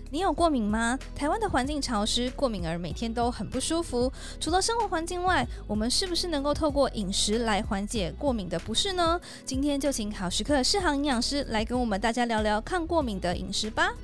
你有过敏吗？台湾的环境潮湿，过敏儿每天都很不舒服。除了生活环境外，我们是不是能够透过饮食来缓解过敏的不适呢？今天就请好时刻适航营养师来跟我们大家聊聊抗过敏的饮食吧。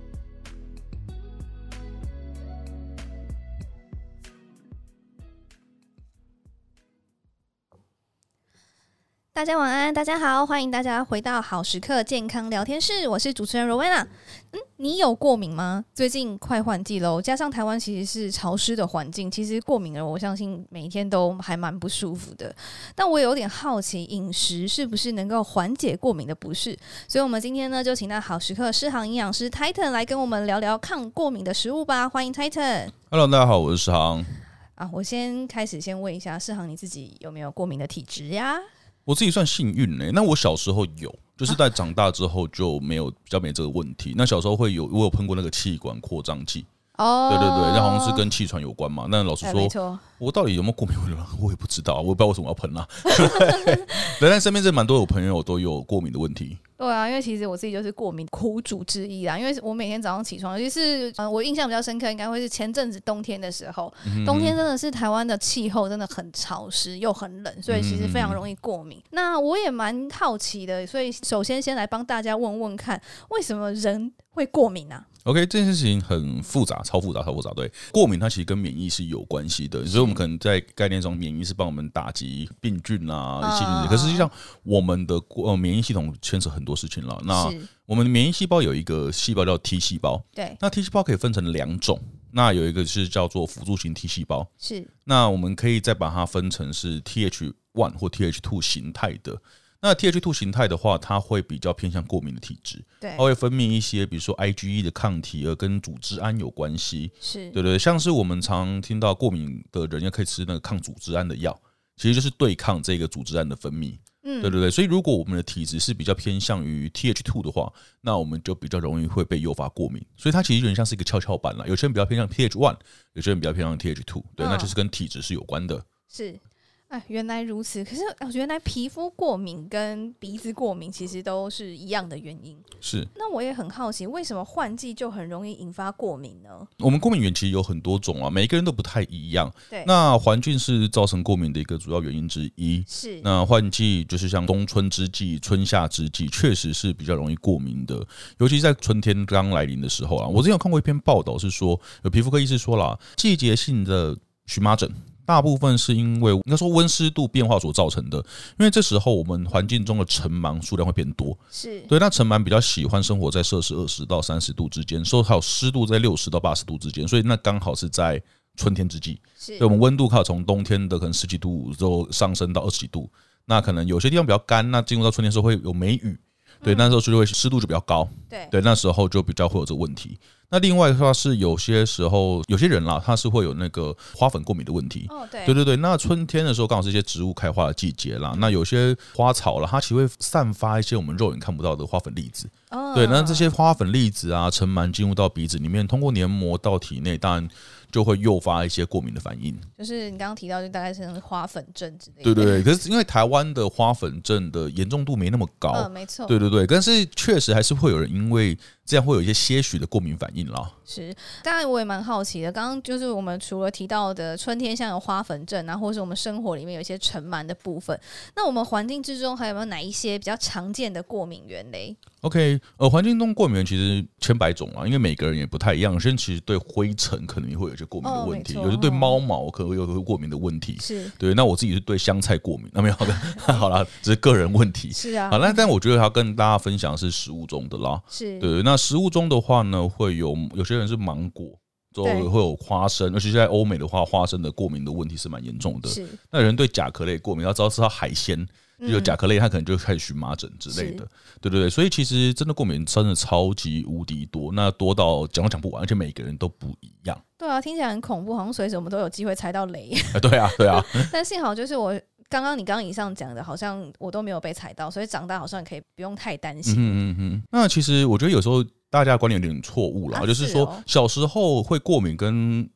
大家晚安，大家好，欢迎大家回到好时刻健康聊天室，我是主持人 Rowena。你有过敏吗？最近快换季喽，加上台湾其实是潮湿的环境，其实过敏了，我相信每天都还蛮不舒服的。但我有点好奇，饮食是不是能够缓解过敏的不适？所以我们今天呢，就请到好时刻适航营养师 Titan 来跟我们聊聊抗过敏的食物吧。欢迎 Titan。Hello， 大家好，我是适航。 我先问一下，适航你自己有没有过敏的体质呀？ 我自己算幸运那我小时候有，就是在长大之后就比较没这个问题。那小时候我有喷过那个气管扩张剂，对对对，那好像是跟气喘有关嘛。那老实说，我到底有没有过敏，我也不知道，我也不知道为什么要喷啦。对，但身边蛮多有朋友都有过敏的问题。 对啊，因为其实我自己就是过敏苦主之一啦。因为我每天早上起床，尤其是我印象比较深刻，应该会是前阵子冬天的时候。冬天真的是台湾的气候真的很潮湿又很冷，所以其实非常容易过敏。那我也蛮好奇的，所以首先来帮大家问问看，为什么人会过敏啊 ？OK， 这件事情很复杂，超复杂。对，过敏它其实跟免疫是有关系的，所以我们可能在概念上，免疫是帮我们打击病菌啊、细菌。可是实际上，我们的免疫系统牵扯很多事情了。那我们的免疫细胞有一个细胞叫 T 细胞， 对， 那 T 细胞可以分成2种，那有一个是叫做辅助型 T 细胞， 是。 那我们可以再把它分成是 TH1 或 TH2 形态的。那 TH2 形态的话，它会比较偏向过敏的体质，它会分泌一些，比如说 IgE 的抗体，而跟组织胺有关系， 是对对，像是我们常听到过敏的人要可以吃那个抗组织胺的药，其实就是对抗这个组织胺的分泌，对对对。所以如果我们的体质是比较偏向于 TH2 的话，那我们就比较容易会被诱发过敏。所以它其实有点像是一个跷跷板啦，有些人比较偏向 TH1， 有些人比较偏向 TH2， 对，那就是跟体质是有关的。 是。原来如此。可是原来皮肤过敏跟鼻子过敏其实都是一样的原因。 是。 那我也很好奇，为什么换季就很容易引发过敏呢？ 我们过敏源其实有很多种啊，每一个人都不太一样。 对。 那环境是造成过敏的一个主要原因之一。 是。 那换季就是像冬春之际、春夏之际，确实是比较容易过敏的。尤其在春天刚来临的时候啊，我之前有看过一篇报道，是说有皮肤科医师说啦，季节性的荨麻疹大部分是因为应该说温湿度变化所造成的，因为这时候我们环境中的尘螨数量会变多， 是对。那尘螨比较喜欢生活在摄氏20到30度之间，还有湿度在60到80度之间，所以那刚好是在春天之际， 是。 对，我们温度靠从冬天的可能10几度之后上升到20几度，那可能有些地方比较干，那进入到春天的时候会有梅雨，对，那时候就会湿度就比较高，对，那时候就比较会有这个问题。那另外的话是有些时候有些人啦，他是会有那个花粉过敏的问题。对对对。那春天的时候刚好是一些植物开花的季节啦，那有些花草啦，它其实会散发一些我们肉眼看不到的花粉粒子。对，那这些花粉粒子啊，尘螨进入到鼻子里面，通过黏膜到体内，当然就会诱发一些过敏的反应。 就是你刚刚提到，就大概是花粉症之类的。 对对对。可是因为台湾的花粉症的严重度没那么高， 没错。 对对对。但是确实还是会有人因为这样会有一些许的过敏反应啦。 是，当然我也蛮好奇的。刚刚就是我们除了提到的春天像有花粉症啊，或是我们生活里面有一些尘螨的部分，那我们环境之中还有没有哪一些比较常见的过敏源嘞 ？OK， 环境中过敏源其实千百种啊，因为每个人也不太一样。有些人其实对灰尘可能也会有一些过敏的问题，有些对猫毛可能会有过敏的问题。 是， 对。那我自己是对香菜过敏，那没有的，好啦，这是个人问题。 是啊。 好，那但我觉得要跟大家分享的是食物中的啦。 是。 对，那食物中的话呢，会有些人是芒果。会有花生，尤其是在欧美的话，花生的过敏的问题是蛮严重的。是。那有人对甲壳类过敏，要知道吃到海鲜，有甲壳类，他可能就开始荨麻疹之类的。对对对。所以其实真的过敏真的超级无敌多，那多到讲都讲不完，而且每个人都不一样。 对啊，听起来很恐怖，好像随时我们都有机会踩到雷。 对啊，对啊。 但幸好就是你刚刚以上讲的，好像我都没有被踩到，所以长大好像可以不用太担心。 那其实我觉得有时候大家的观念有点错误啦，就是说小时候会过敏跟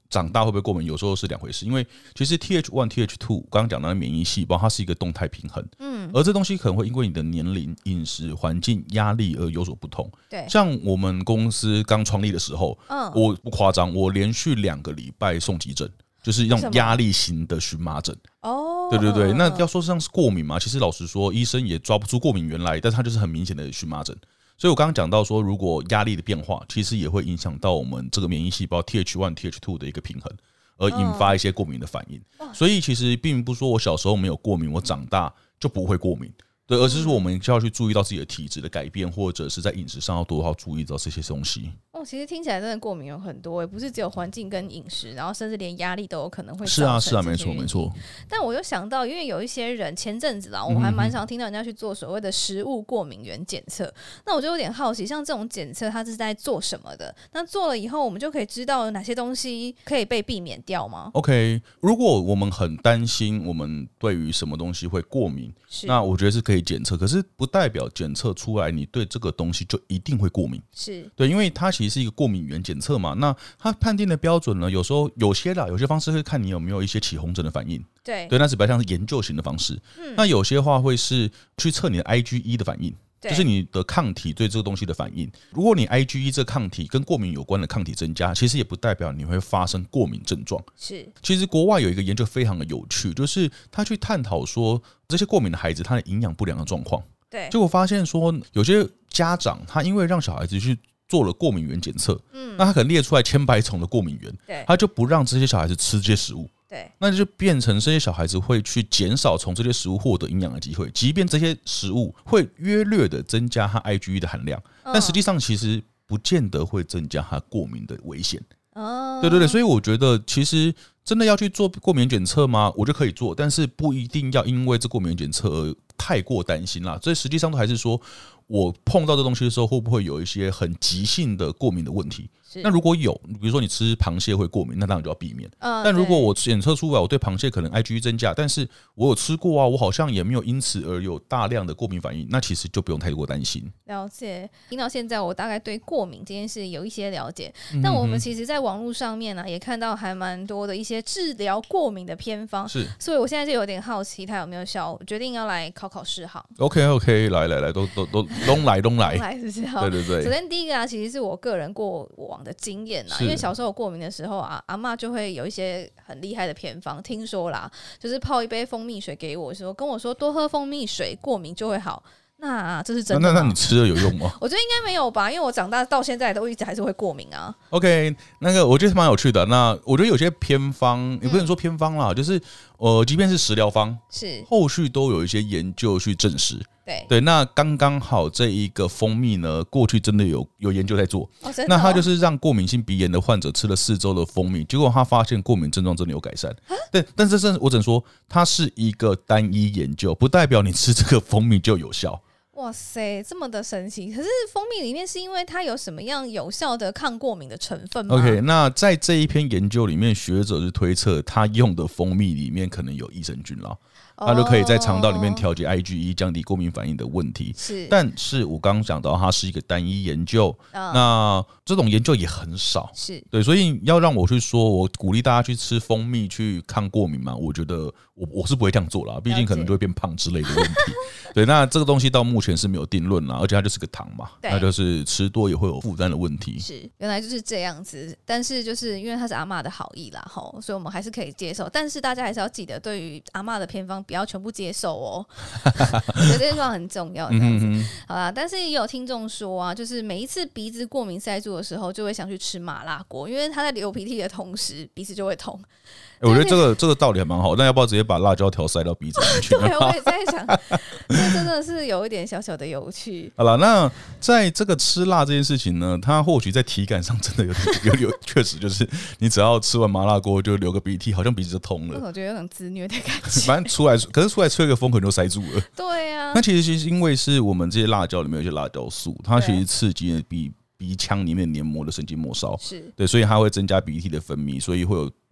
长大会不会过敏，有时候是两回事。因为其实 Th1、Th2 刚刚讲到的免疫细胞，它是一个动态平衡，而这东西可能会因为你的年龄、饮食、环境、压力而有所不同。 对， 像我们公司刚创立的时候，我不夸张，我连续2个礼拜送急诊。就是那种压力型的荨麻疹哦，对对对，那要说像是过敏嘛，其实老实说，医生也抓不出过敏源来，但是它就是很明显的荨麻疹。所以我刚刚讲到说，如果压力的变化，其实也会影响到我们这个免疫细胞 Th1、Th2 的一个平衡，而引发一些过敏的反应。所以其实并不是说我小时候没有过敏，我长大就不会过敏。对，而是说我们就要去注意到自己的体质的改变，或者是在饮食上要多好注意到这些东西。 其实听起来真的过敏有很多，也不是只有环境跟饮食，然后甚至连压力都有可能会造成。 是啊，是啊，没错，没错。 但我又想到，因为有一些人前阵子啦，我还蛮常听到人家去做所谓的食物过敏原检测。那我就有点好奇，像这种检测它是在做什么的？那做了以后，我们就可以知道哪些东西可以被避免掉吗 ？OK， 如果我们很担心我们对于什么东西会过敏，那我觉得是可以检测，可是不代表检测出来你对这个东西就一定会过敏。 是对，因为它其实是一个过敏原检测嘛，那它判定的标准呢，有时候有些方式会看你有没有一些起红疹的反应， 对， 那是比较像是研究型的方式。那有些话会是去测你的 IgE 的反应，就是你的抗体对这个东西的反应。如果你 IgE 这抗体跟过敏有关的抗体增加，其实也不代表你会发生过敏症状。 是， 其实国外有一个研究非常的有趣，就是他去探讨说这些过敏的孩子他的营养不良的状况。 对， 结果发现说有些家长他因为让小孩子去做了过敏原检测，那他可能列出来千百种的过敏源，他就不让这些小孩子吃这些食物， 对， 那就变成这些小孩子会去减少从这些食物获得营养的机会，即便这些食物会约略的增加他 IgE 的含量，但实际上其实不见得会增加他过敏的危险。对对对，所以我觉得其实真的要去做过敏检测吗？我觉得可以做，但是不一定要因为这过敏检测而太过担心啦。所以实际上都还是说，我碰到这东西的时候，会不会有一些很急性的过敏的问题？那如果有，比如说你吃螃蟹会过敏，那当然就要避免。但如果我检测出来我对螃蟹可能 IgE 增加，但是我有吃过啊，我好像也没有因此而有大量的过敏反应，那其实就不用太过担心。 了解，听到现在我大概对过敏这件事有一些了解。但我们其实在网络上面呢，也看到还蛮多的一些治疗过敏的偏方， 是， 所以我现在就有点好奇它有没有效，我决定要来考试行。 OK， 来，都来， 是不是？ 对对对。 首先第一个啊，其实是我个人过往的经验啦，因为小时候过敏的时候啊，阿嬷就会有一些很厉害的偏方，听说啦，就是泡一杯蜂蜜水给我，跟我说多喝蜂蜜水，过敏就会好。那这是真的吗？ 那你吃了有用吗？ 我觉得应该没有吧，因为我长大到现在都一直还是会过敏啊。 OK， 那个我觉得蛮有趣的。那我觉得有些偏方也不能说偏方啦，就是即便是食疗方， 是后续都有一些研究去证实。 对， 那刚刚好这一个蜂蜜呢，过去真的有研究在做。那他就是让过敏性鼻炎的患者吃了4周的蜂蜜，结果他发现过敏症状真的有改善。但是我只能说，它是一个单一研究，不代表你吃这个蜂蜜就有效。 哇塞，这么的神奇！可是蜂蜜里面是因为它有什么样有效的抗过敏的成分吗 ？OK， 那在这一篇研究里面，学者是推测他用的蜂蜜里面可能有益生菌啦。它就可以在肠道里面调节 IgE， 降低过敏反应的问题。但是我刚刚讲到，它是一个单一研究，那这种研究也很少。对，所以要让我去说，我鼓励大家去吃蜂蜜去抗过敏嘛？我觉得我是不会这样做啦，毕竟可能就会变胖之类的问题。对，那这个东西到目前是没有定论啦，而且它就是个糖嘛，那就是吃多也会有负担的问题。 原来就是这样子。但是就是因为它是阿嬷的好意啦，所以我们还是可以接受。但是大家还是要记得，对于阿嬷的偏方，不要全部接受哦。我觉得这句话很重要。这样子好啦，但是也有听众说啊，就是每一次鼻子过敏塞住的时候，就会想去吃麻辣锅，因为他在流鼻涕的同时，鼻子就会痛。 我觉得这个道理还蛮好，那要不要直接把辣椒条塞到鼻子里去？ 对，我也在想，这真的是有一点小小的有趣。 好了，那在这个吃辣这件事情呢，它或许在体感上真的有确实就是你只要吃完麻辣锅就流个鼻涕，好像鼻子就通了。 我觉得有种自虐的感觉。 反正可是出来吹个风可能就塞住了。 对啊。 那其实因为是我们这些辣椒里面有一些辣椒素，它其实刺激了鼻腔里面黏膜的神经末梢， 是对，所以它会增加鼻涕的分泌，所以会有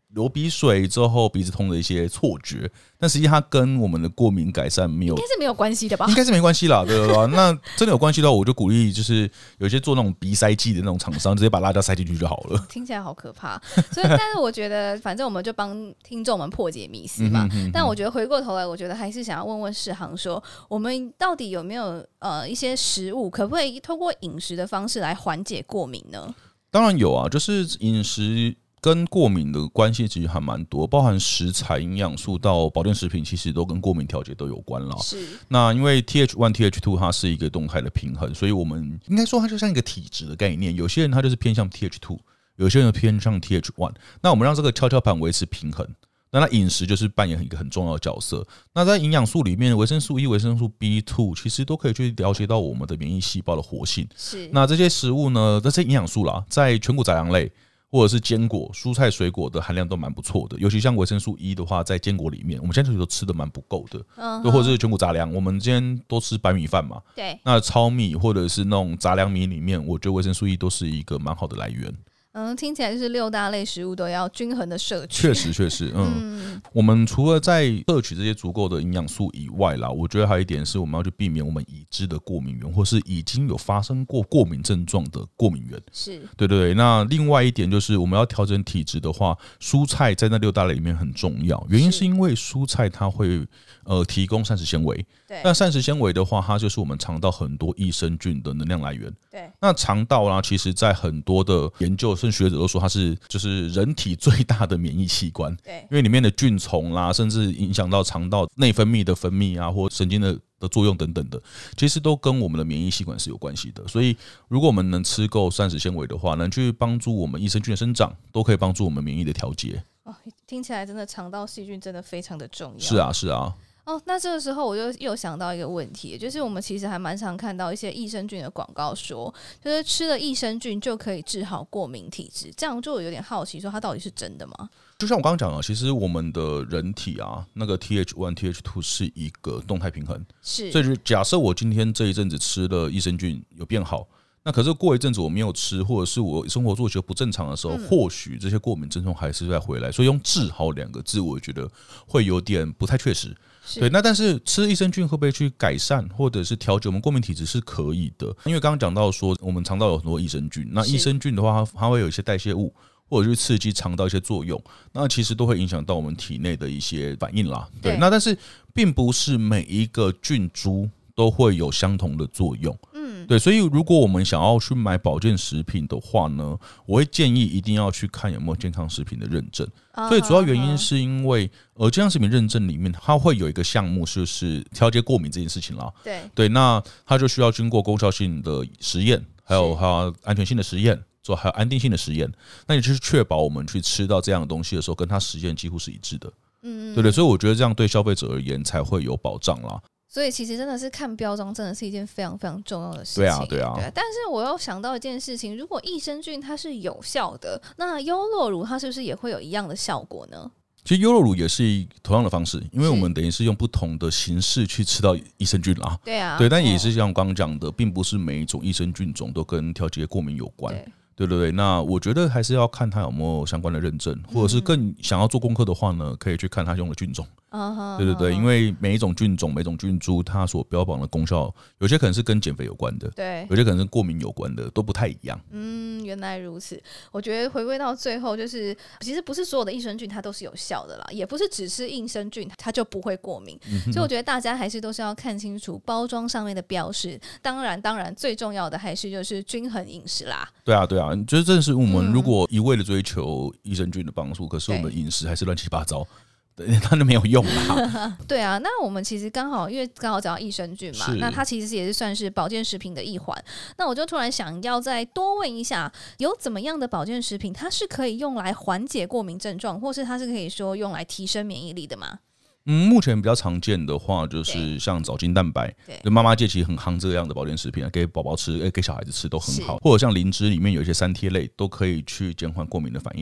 流鼻水之后鼻子痛的一些错觉，但实际它跟我们的过敏改善应该是没有关系的吧？ 应该是没关系啦，对吧？那真的有关系的话，我就鼓励就是有些做那种鼻塞剂的那种厂商，直接把辣椒塞进去就好了。 听起来好可怕，所以但是我觉得反正我们就帮听众们破解迷思嘛。但我觉得回过头来，我觉得还是想要问问世航说，我们到底有没有一些食物，可不可以透过饮食的方式来缓解过敏呢？ 当然有啊，就是饮食跟过敏的关系其实还蛮多，包含食材、营养素到保健食品，其实都跟过敏调节都有关啦。 是。 那因为 TH1、TH2 它是一个动态的平衡，所以我们应该说它就像一个体质的概念。有些人他就是偏向 TH2， 有些人偏向 TH1。那我们让这个跷跷板维持平衡。那它饮食就是扮演一个很重要的角色。那在营养素里面，维生素 E、维生素 B2 其实都可以去了解到我们的免疫细胞的活性。 是。那这些食物呢，这些营养素啦，在全谷杂粮类或者是坚果、蔬菜、水果的含量都蛮不错的。尤其像维生素 E 的话，在坚果里面，我们现在都吃的蛮不够的。又或者是全谷杂粮，我们今天都吃白米饭嘛。 对。 那糙米或者是那种杂粮米里面，我觉得维生素 E 都是一个蛮好的来源。 听起来就是6大类食物都要均衡的摄取。 确实，我们除了在摄取这些足够的营养素以外啦，我觉得还有一点是我们要去避免我们已知的过敏源，或是已经有发生过过敏症状的过敏源。 是， 对。那另外一点就是我们要调整体质的话，蔬菜在那6大类里面很重要，原因是因为蔬菜它会提供膳食纤维。 对。 那膳食纤维的话，它就是我们肠道很多益生菌的能量来源。 对。 那肠道啦，其实在很多的研究，甚至学者都说它是就是人体最大的免疫器官。 对。 因为里面的菌丛啦，甚至影响到肠道内分泌的分泌啊，或神经的作用等等的，其实都跟我们的免疫系统是有关系的。所以，如果我们能吃够膳食纤维的话，能去帮助我们益生菌的生长，都可以帮助我们免疫的调节。 听起来真的肠道细菌真的非常的重要。 是啊。 那这个时候我就又想到一个问题，就是我们其实还蛮常看到一些益生菌的广告说，就是吃了益生菌就可以治好过敏体质，这样就有点好奇说它到底是真的吗？ 就像我刚刚讲的，其实我们的人体啊，那个 TH1、TH2 是一个动态平衡。 是。 所以假设我今天这一阵子吃了益生菌有变好，那可是过一阵子我没有吃，或者是我生活作息不正常的时候，或许这些过敏症状还是在回来。所以用治好2个字，我觉得会有点不太确实。对，那但是吃益生菌会不会去改善或者是调节我们过敏体质是可以的，因为刚刚讲到说我们肠道有很多益生菌，那益生菌的话它会有一些代谢物或者去刺激肠道一些作用，那其实都会影响到我们体内的一些反应啦。对，那但是并不是每一个菌株都会有相同的作用。对，所以如果我们想要去买保健食品的话呢，我会建议一定要去看有没有健康食品的认证。所以主要原因是因为健康食品认证里面它会有一个项目就是调节过敏这件事情啦。对，那它就需要经过功效性的实验，还有安全性的实验，还有安定性的实验，那也就是确保我们去吃到这样的东西的时候跟它实验几乎是一致的。对，所以我觉得这样对消费者而言才会有保障啦。 所以其实真的是看标装真的是一件非常非常重要的事情。 对啊。 但是我又想到一件事情，如果益生菌它是有效的，那优酪乳它是不是也会有一样的效果呢？ 其实优酪乳也是同样的方式，因为我们等于是用不同的形式去吃到益生菌啦。 对啊。 对，但也是像我刚刚讲的，并不是每一种益生菌种都跟调节过敏有关。对，那我觉得还是要看它有没有相关的认证，或者是更想要做功课的话呢，可以去看它用的菌种。对，因为每一种菌种、每种菌株，它所标榜的功效，有些可能是跟减肥有关的， 对， 有些可能是过敏有关的，都不太一样。 原来如此。我觉得回归到最后，就是其实不是所有的益生菌它都是有效的啦，也不是只吃益生菌它就不会过敏。所以我觉得大家还是都是要看清楚包装上面的标示。当然，最重要的还是就是均衡饮食啦。对啊， 就是正是我们如果一味的追求益生菌的帮助，可是我们的饮食还是乱七八糟。它就没有用啦。 对啊，那我们其实刚好讲到益生菌嘛，那它其实也是算是保健食品的一环。那我就突然想要再多问一下，有怎么样的保健食品它是可以用来缓解过敏症状，或是它是可以说用来提升免疫力的吗？ 目前比较常见的话就是像藻精蛋白，对，妈妈界其实很夯这样的保健食品，给宝宝吃，给小孩子吃都很好。或者像灵芝里面有一些3萜类都可以去减缓过敏的反应。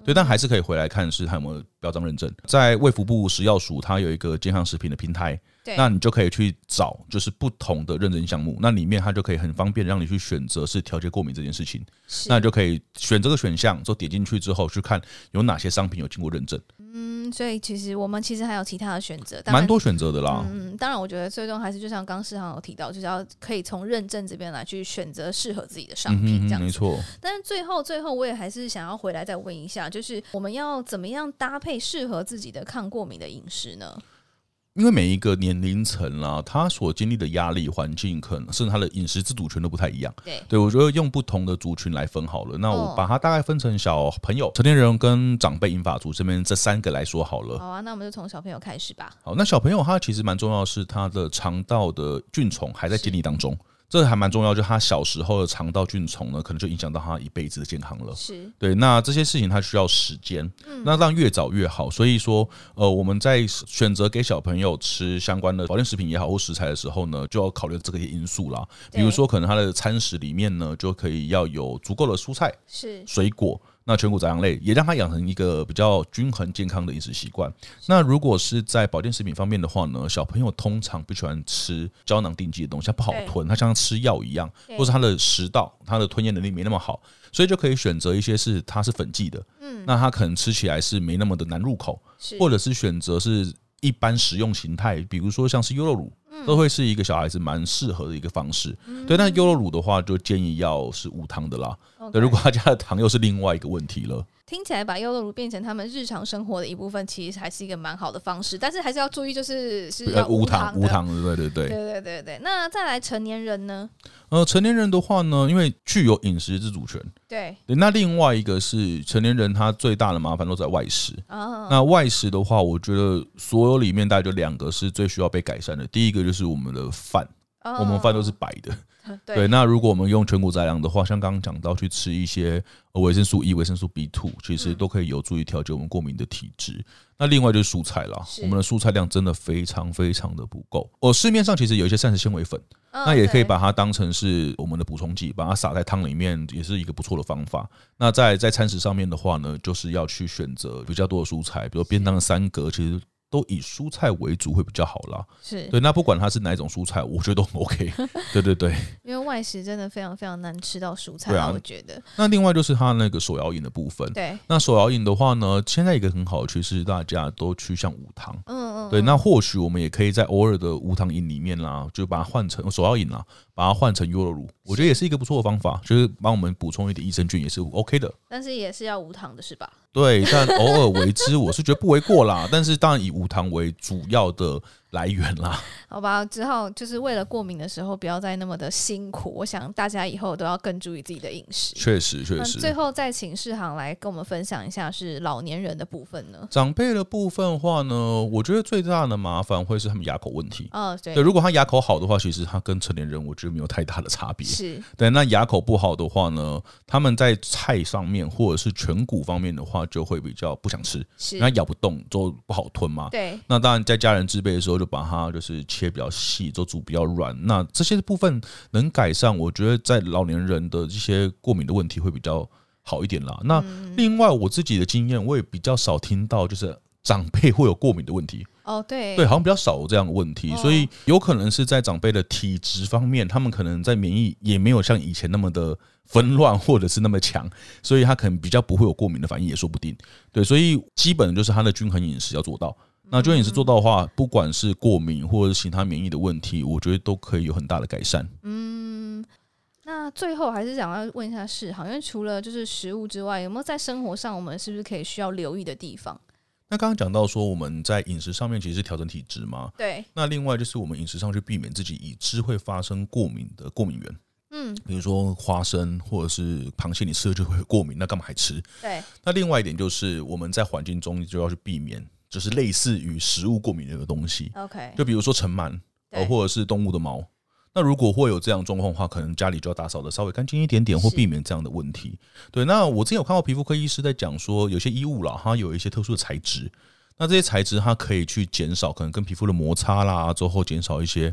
对，但还是可以回来看是它有没有标章认证。在卫福部食药署，它有一个健康食品的平台，那你就可以去找就是不同的认证项目，那里面它就可以很方便让你去选择是调节过敏这件事情，那你就可以选这个选项，之后点进去之后去看有哪些商品有经过认证。 所以其实我们还有其他的选择， 蛮多选择的啦。 当然我觉得最终还是就像刚世航有提到，就是要可以从认证这边来去选择适合自己的商品，这样子。 没错。 但是最后我也还是想要回来再问一下，就是我们要怎么样搭配适合自己的抗过敏的饮食呢？ 因为每一个年龄层啦，他所经历的压力环境，可能甚至他的饮食自主权都不太一样。对，我觉得用不同的族群来分好了。那我把它大概分成小朋友、成年人跟长辈银发族这边这3个来说好了。 好啊，那我们就从小朋友开始吧。 好，那小朋友他其实蛮重要的是他的肠道的菌虫还在建立当中。这还蛮重要，就是他小时候的肠道菌虫呢，可能就影响到他一辈子的健康了。对，那这些事情他需要时间，那让越早越好。所以说，我们在选择给小朋友吃相关的保健食品也好或食材的时候呢，就要考虑这个因素啦。比如说，可能他的餐食里面呢，就可以要有足够的蔬菜、水果。那全谷杂粮类也让他养成一个比较均衡健康的饮食习惯。那如果是在保健食品方面的话呢，小朋友通常不喜欢吃胶囊定剂的东西，它不好吞，它像吃药一样，或是他的食道、他的吞咽能力没那么好，所以就可以选择一些它是粉剂的，那它可能吃起来是没那么的难入口，或者是选择是一般食用形态，比如说像是优酪乳。都会是一个小孩子蛮适合的一个方式，对。但优酪乳的话，就建议要是无糖的啦。对，如果他加的糖又是另外一个问题了。 听起来把优酪乳变成他们日常生活的一部分，其实还是一个蛮好的方式，但是还是要注意，是要无糖的。对。那再来成年人呢？ 成年人的话呢，因为具有饮食自主权，对。那另外一个是成年人，他最大的麻烦都在外食。那外食的话，我觉得所有里面大概就2个是最需要被改善的。第一个就是我们的饭，我们饭都是白的。对，那如果我们用全谷杂粮的话，像刚刚讲到去吃一些维生素 E、维生素 B2， 其实都可以有助于调节我们过敏的体质。那另外就是蔬菜啦，我们的蔬菜量真的非常非常的不够。市面上其实有一些膳食纤维粉，那也可以把它当成是我们的补充剂，把它撒在汤里面，也是一个不错的方法。那在餐食上面的话呢，就是要去选择比较多的蔬菜，比如便当的3格，其实都以蔬菜为主会比较好啦。对，那不管它是哪一种蔬菜，我觉得都很 OK。对， 因为外食真的非常非常难吃到蔬菜，我觉得。 那另外就是它那个手摇饮的部分。对，那手摇饮的话呢，现在一个很好的趋势，大家都趋向无糖。对，那或许我们也可以在偶尔的无糖饮里面啦，就把它换成手摇饮啦，把它换成优酪乳，我觉得也是一个不错的方法，就是帮我们补充一点益生菌也是 OK 的。 但是也是要无糖的是吧？ 对，但偶尔为之，我是觉得不为过啦。但是当然以无糖为主要的来源啦。 好吧，只好就是为了过敏的时候不要再那么的辛苦。我想大家以后都要更注意自己的饮食。 确实。 最后再请世航来跟我们分享一下是老年人的部分呢。 长辈的部分的话呢，我觉得最大的麻烦会是他们牙口问题。 对， 如果他牙口好的话，其实他跟成年人我觉得没有太大的差别。对，那牙口不好的话呢，他们在菜上面或者是全谷方面的话，就会比较不想吃，因为它咬不动，就不好吞嘛。 对， 那当然在家人制备的时候，就把它就是切比较细，就煮比较软。那这些部分能改善，我觉得在老年人的这些过敏的问题会比较好一点啦。那另外我自己的经验，我也比较少听到就是长辈会有过敏的问题。对，好像比较少有这样的问题，所以有可能是在长辈的体质方面，他们可能在免疫也没有像以前那么的纷乱或者是那么强，所以他可能比较不会有过敏的反应也说不定。对，所以基本就是他的均衡饮食要做到。那均衡饮食做到的话，不管是过敏或者是其他免疫的问题，我觉得都可以有很大的改善。 那最后还是想要问一下世航，因为除了就是食物之外，有没有在生活上我们是不是可以需要留意的地方？ 那刚刚讲到说我们在饮食上面其实是调整体质嘛， 对。 那另外就是我们饮食上去避免自己已知会发生过敏的过敏源，比如说花生或者是螃蟹，你吃了就会过敏，那干嘛还吃？ 对。 那另外一点就是我们在环境中就要去避免，就是类似于食物过敏的东西。 OK。 就比如说尘螨，或者是动物的毛。那如果会有这样的状况的话，可能家里就要打扫的稍微干净一点点，或避免这样的问题。对，那我之前有看到皮肤科医师在讲说，有些衣物啦，它有一些特殊的材质，那这些材质它可以去减少可能跟皮肤的摩擦啦，之后减少一些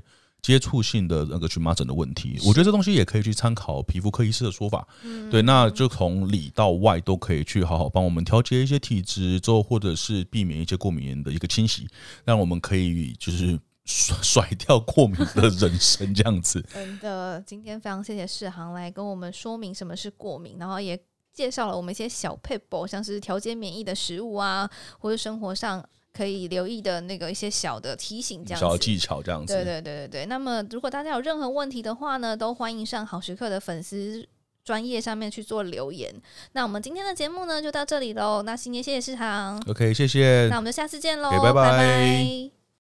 接触性的那个荨麻疹的问题。我觉得这东西也可以去参考皮肤科医师的说法，对，那就从里到外都可以去好好帮我们调节一些体质之后，或者是避免一些过敏源的一个侵袭，让我们可以就是甩掉过敏的人生这样子。 真的，今天非常谢谢世航来跟我们说明什么是过敏，然后也介绍了我们一些小撇步，像是调节免疫的食物啊，或者生活上可以留意的那个一些小的提醒，这样子小的技巧这样子。 对。那么如果大家有任何问题的话呢，都欢迎上好时刻的粉丝专页上面去做留言。那我们今天的节目呢就到这里咯，那新年谢谢世航 OK， 谢谢， 那我们就下次见咯， 拜拜。 拜拜。